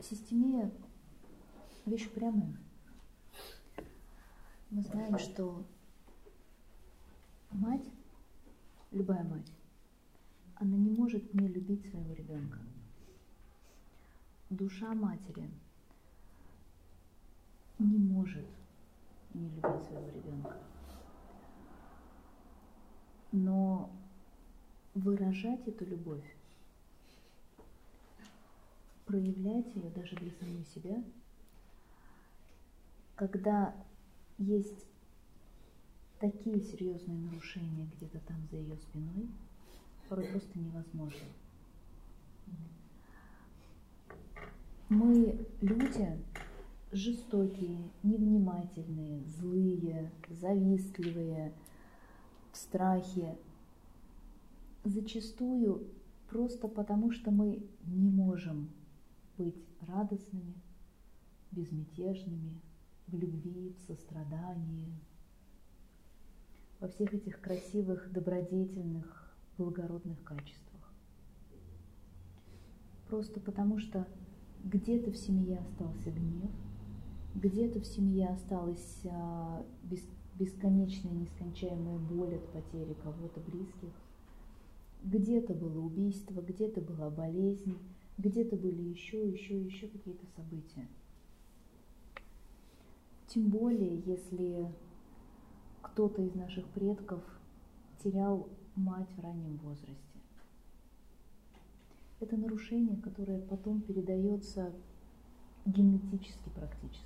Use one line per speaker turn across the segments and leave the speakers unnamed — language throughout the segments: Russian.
Системия – вещь упрямая. Мы знаем, что мать, любая мать, она не может не любить своего ребенка. Душа матери не может не любить своего ребенка. Но выражать эту любовь, проявлять ее даже для самой себя, когда есть такие серьезные нарушения где-то там за ее спиной, порой просто невозможно. Мы люди жестокие, невнимательные, злые, завистливые, в страхе. Зачастую просто потому, что мы не можем быть радостными, безмятежными, в любви, в сострадании, во всех этих красивых, добродетельных, благородных качествах. Просто потому, что где-то в семье остался гнев, где-то в семье осталась бесконечная, нескончаемая боль от потери кого-то близких, где-то было убийство, где-то была болезнь, где-то были еще какие-то события. Тем более, если кто-то из наших предков терял мать в раннем возрасте. Это нарушение, которое потом передается генетически практически.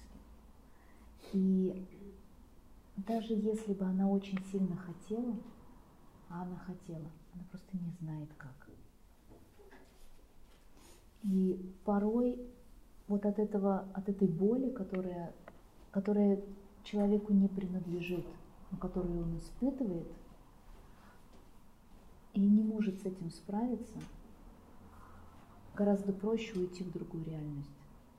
И даже если бы она очень сильно хотела, а она хотела, она просто не знает как. И порой вот от этой боли, которая человеку не принадлежит, но которую он испытывает и не может с этим справиться, гораздо проще уйти в другую реальность.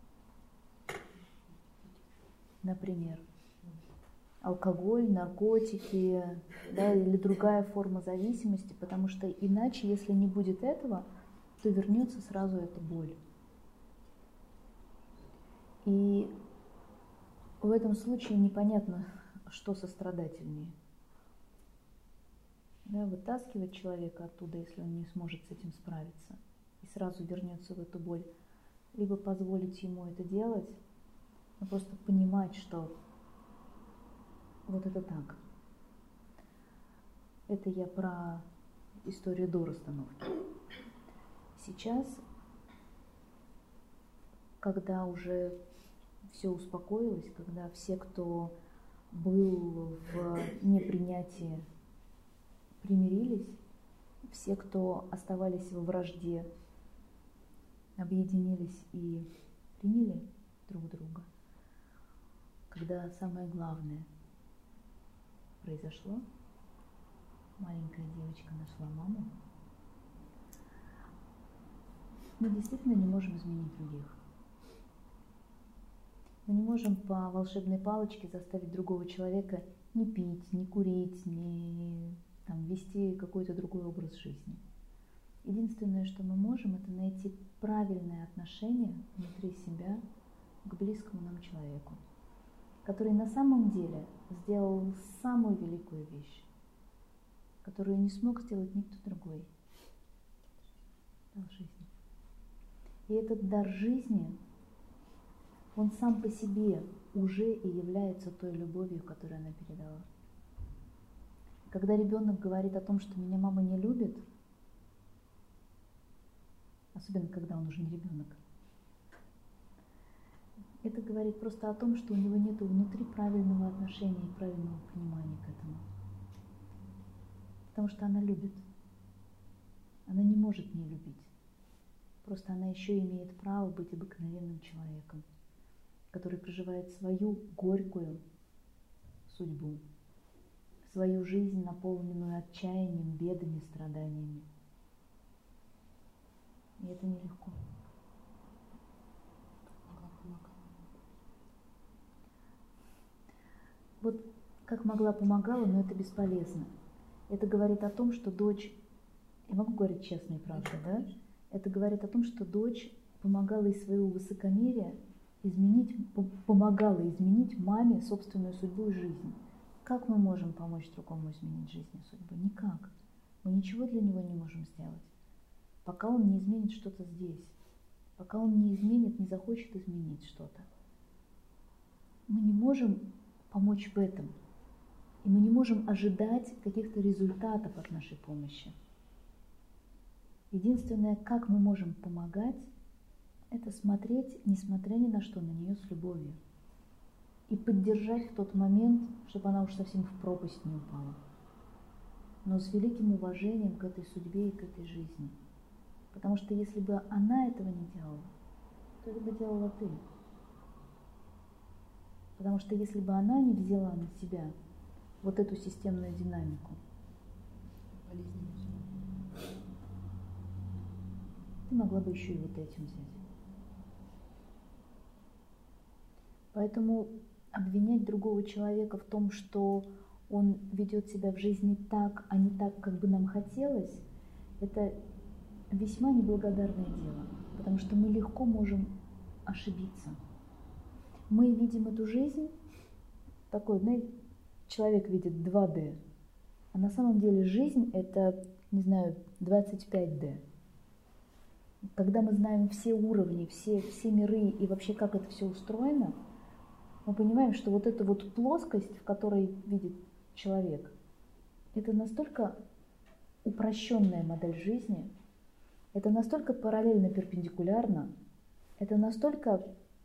Например, алкоголь, наркотики, да, или другая форма зависимости, потому что иначе, если не будет этого, то вернется сразу эта боль. И в этом случае непонятно, что сострадательнее. Да, вытаскивать человека оттуда, если он не сможет с этим справиться, и сразу вернется в эту боль, либо позволить ему это делать, но просто понимать, что вот это так. Это я про историю до расстановки. Сейчас, когда уже все успокоилось, когда все, кто был в непринятии, примирились, все, кто оставались во вражде, объединились и приняли друг друга, когда самое главное произошло, маленькая девочка нашла маму, мы действительно не можем изменить других. Мы не можем по волшебной палочке заставить другого человека не пить, не курить, не вести какой-то другой образ жизни. Единственное, что мы можем, это найти правильное отношение внутри себя к близкому нам человеку, который на самом деле сделал самую великую вещь, которую не смог сделать никто другой. Дар жизни. И этот дар жизни, он сам по себе уже и является той любовью, которую она передала. Когда ребенок говорит о том, что меня мама не любит, особенно когда он уже не ребенок, это говорит просто о том, что у него нет внутри правильного отношения и правильного понимания к этому. Потому что она любит. Она не может не любить. Просто она еще имеет право быть обыкновенным человеком, который проживает свою горькую судьбу, свою жизнь, наполненную отчаянием, бедами, страданиями. И это нелегко. Вот как могла, помогала, но это бесполезно. Это говорит о том, что дочь, я могу говорить честно и правду, да? Это говорит о том, что дочь помогала из своего высокомерия помогала изменить маме собственную судьбу и жизнь. Как мы можем помочь другому изменить жизнь и судьбу? Никак. Мы ничего для него не можем сделать, пока он не изменит что-то здесь, пока он не изменит, не захочет изменить что-то. Мы не можем помочь в этом, и мы не можем ожидать каких-то результатов от нашей помощи. Единственное, как мы можем помогать, это смотреть, несмотря ни на что, на нее с любовью. И поддержать в тот момент, чтобы она уж совсем в пропасть не упала. Но с великим уважением к этой судьбе и к этой жизни. Потому что если бы она этого не делала, то это бы делала ты. Потому что если бы она не взяла на себя вот эту системную динамику, ты могла бы еще и вот этим взять. Поэтому обвинять другого человека в том, что он ведет себя в жизни так, а не так, как бы нам хотелось, это весьма неблагодарное дело, потому что мы легко можем ошибиться. Мы видим эту жизнь, такой, знаете, человек видит 2D, а на самом деле жизнь это, не знаю, 25D. Когда мы знаем все уровни, все миры и вообще как это все устроено, мы понимаем, что вот эта вот плоскость, в которой видит человек, это настолько упрощенная модель жизни, это настолько параллельно перпендикулярно, это настолько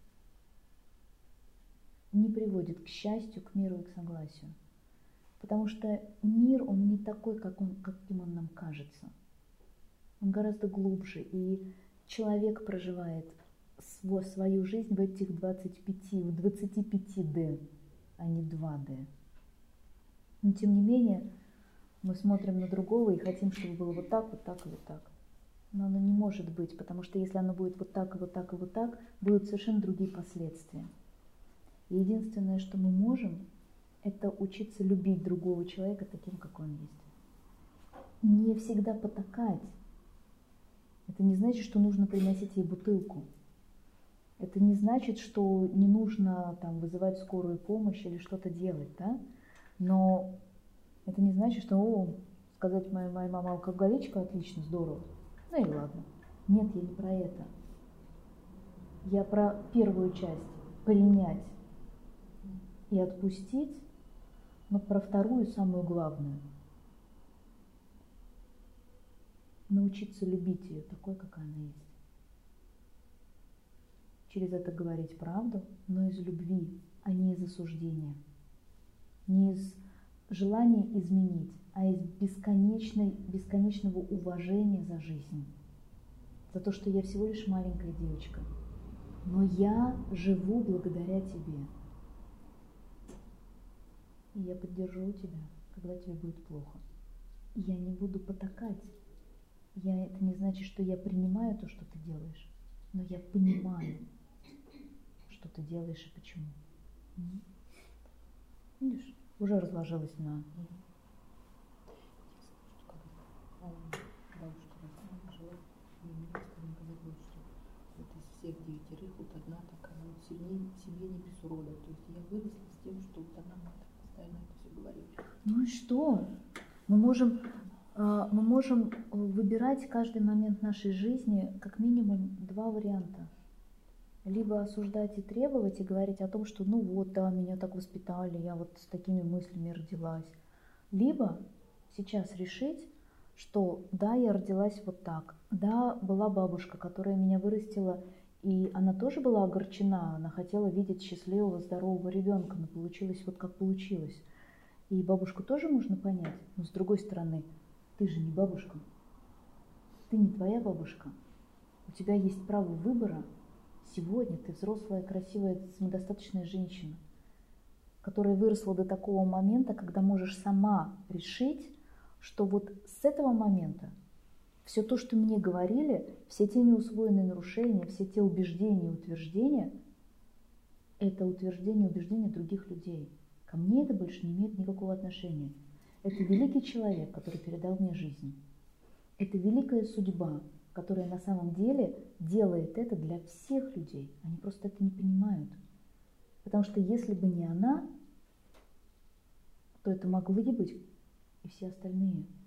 не приводит к счастью, к миру и к согласию. Потому что мир, он не такой, каким он нам кажется. Он гораздо глубже, и человек проживает свою жизнь в этих 25D, а не 2D. Но тем не менее, мы смотрим на другого и хотим, чтобы было вот так, вот так и вот так. Но оно не может быть, потому что если оно будет вот так и вот так и вот так, будут совершенно другие последствия. И единственное, что мы можем, это учиться любить другого человека таким, какой он есть. Не всегда потакать. Это не значит, что нужно приносить ей бутылку. Это не значит, что не нужно там вызывать скорую помощь или что-то делать, да? Но это не значит, что, сказать моя мама алкоголичка, отлично, здорово. Ну и ладно. Нет, я не про это. Я про первую часть – принять и отпустить, но про вторую, самую главную – научиться любить ее такой, какая она есть. Через это говорить правду, но из любви, а не из осуждения. Не из желания изменить, а из бесконечного уважения за жизнь. За то, что я всего лишь маленькая девочка. Но я живу благодаря тебе. И я поддержу тебя, когда тебе будет плохо. И я не буду потакать. Это не значит, что я принимаю то, что ты делаешь, но я понимаю, что ты делаешь и почему. Видишь, уже разложилась на...
Бабушка жила, и мне сказали, что вот из всех 9 вот одна такая вот семье не без урода. То есть я выросла с тем, что вот она мать постоянно это все говорит.
Ну и что? Мы можем выбирать каждый момент нашей жизни как минимум 2 варианта. Либо осуждать и требовать, и говорить о том, что ну вот, да, меня так воспитали, я вот с такими мыслями родилась. Либо сейчас решить, что да, я родилась вот так. Да, была бабушка, которая меня вырастила, и она тоже была огорчена, она хотела видеть счастливого, здорового ребенка, но получилось вот как получилось. И бабушку тоже можно понять, но с другой стороны, ты же не бабушка, ты не твоя бабушка. У тебя есть право выбора. Сегодня ты взрослая, красивая, самодостаточная женщина, которая выросла до такого момента, когда можешь сама решить, что вот с этого момента все то, что мне говорили, все те неусвоенные нарушения, все те убеждения и утверждения, это утверждения и убеждения других людей. Ко мне это больше не имеет никакого отношения. Это великий человек, который передал мне жизнь. Это великая судьба, которая на самом деле делает это для всех людей. Они просто это не понимают. Потому что если бы не она, то это могли быть и все остальные.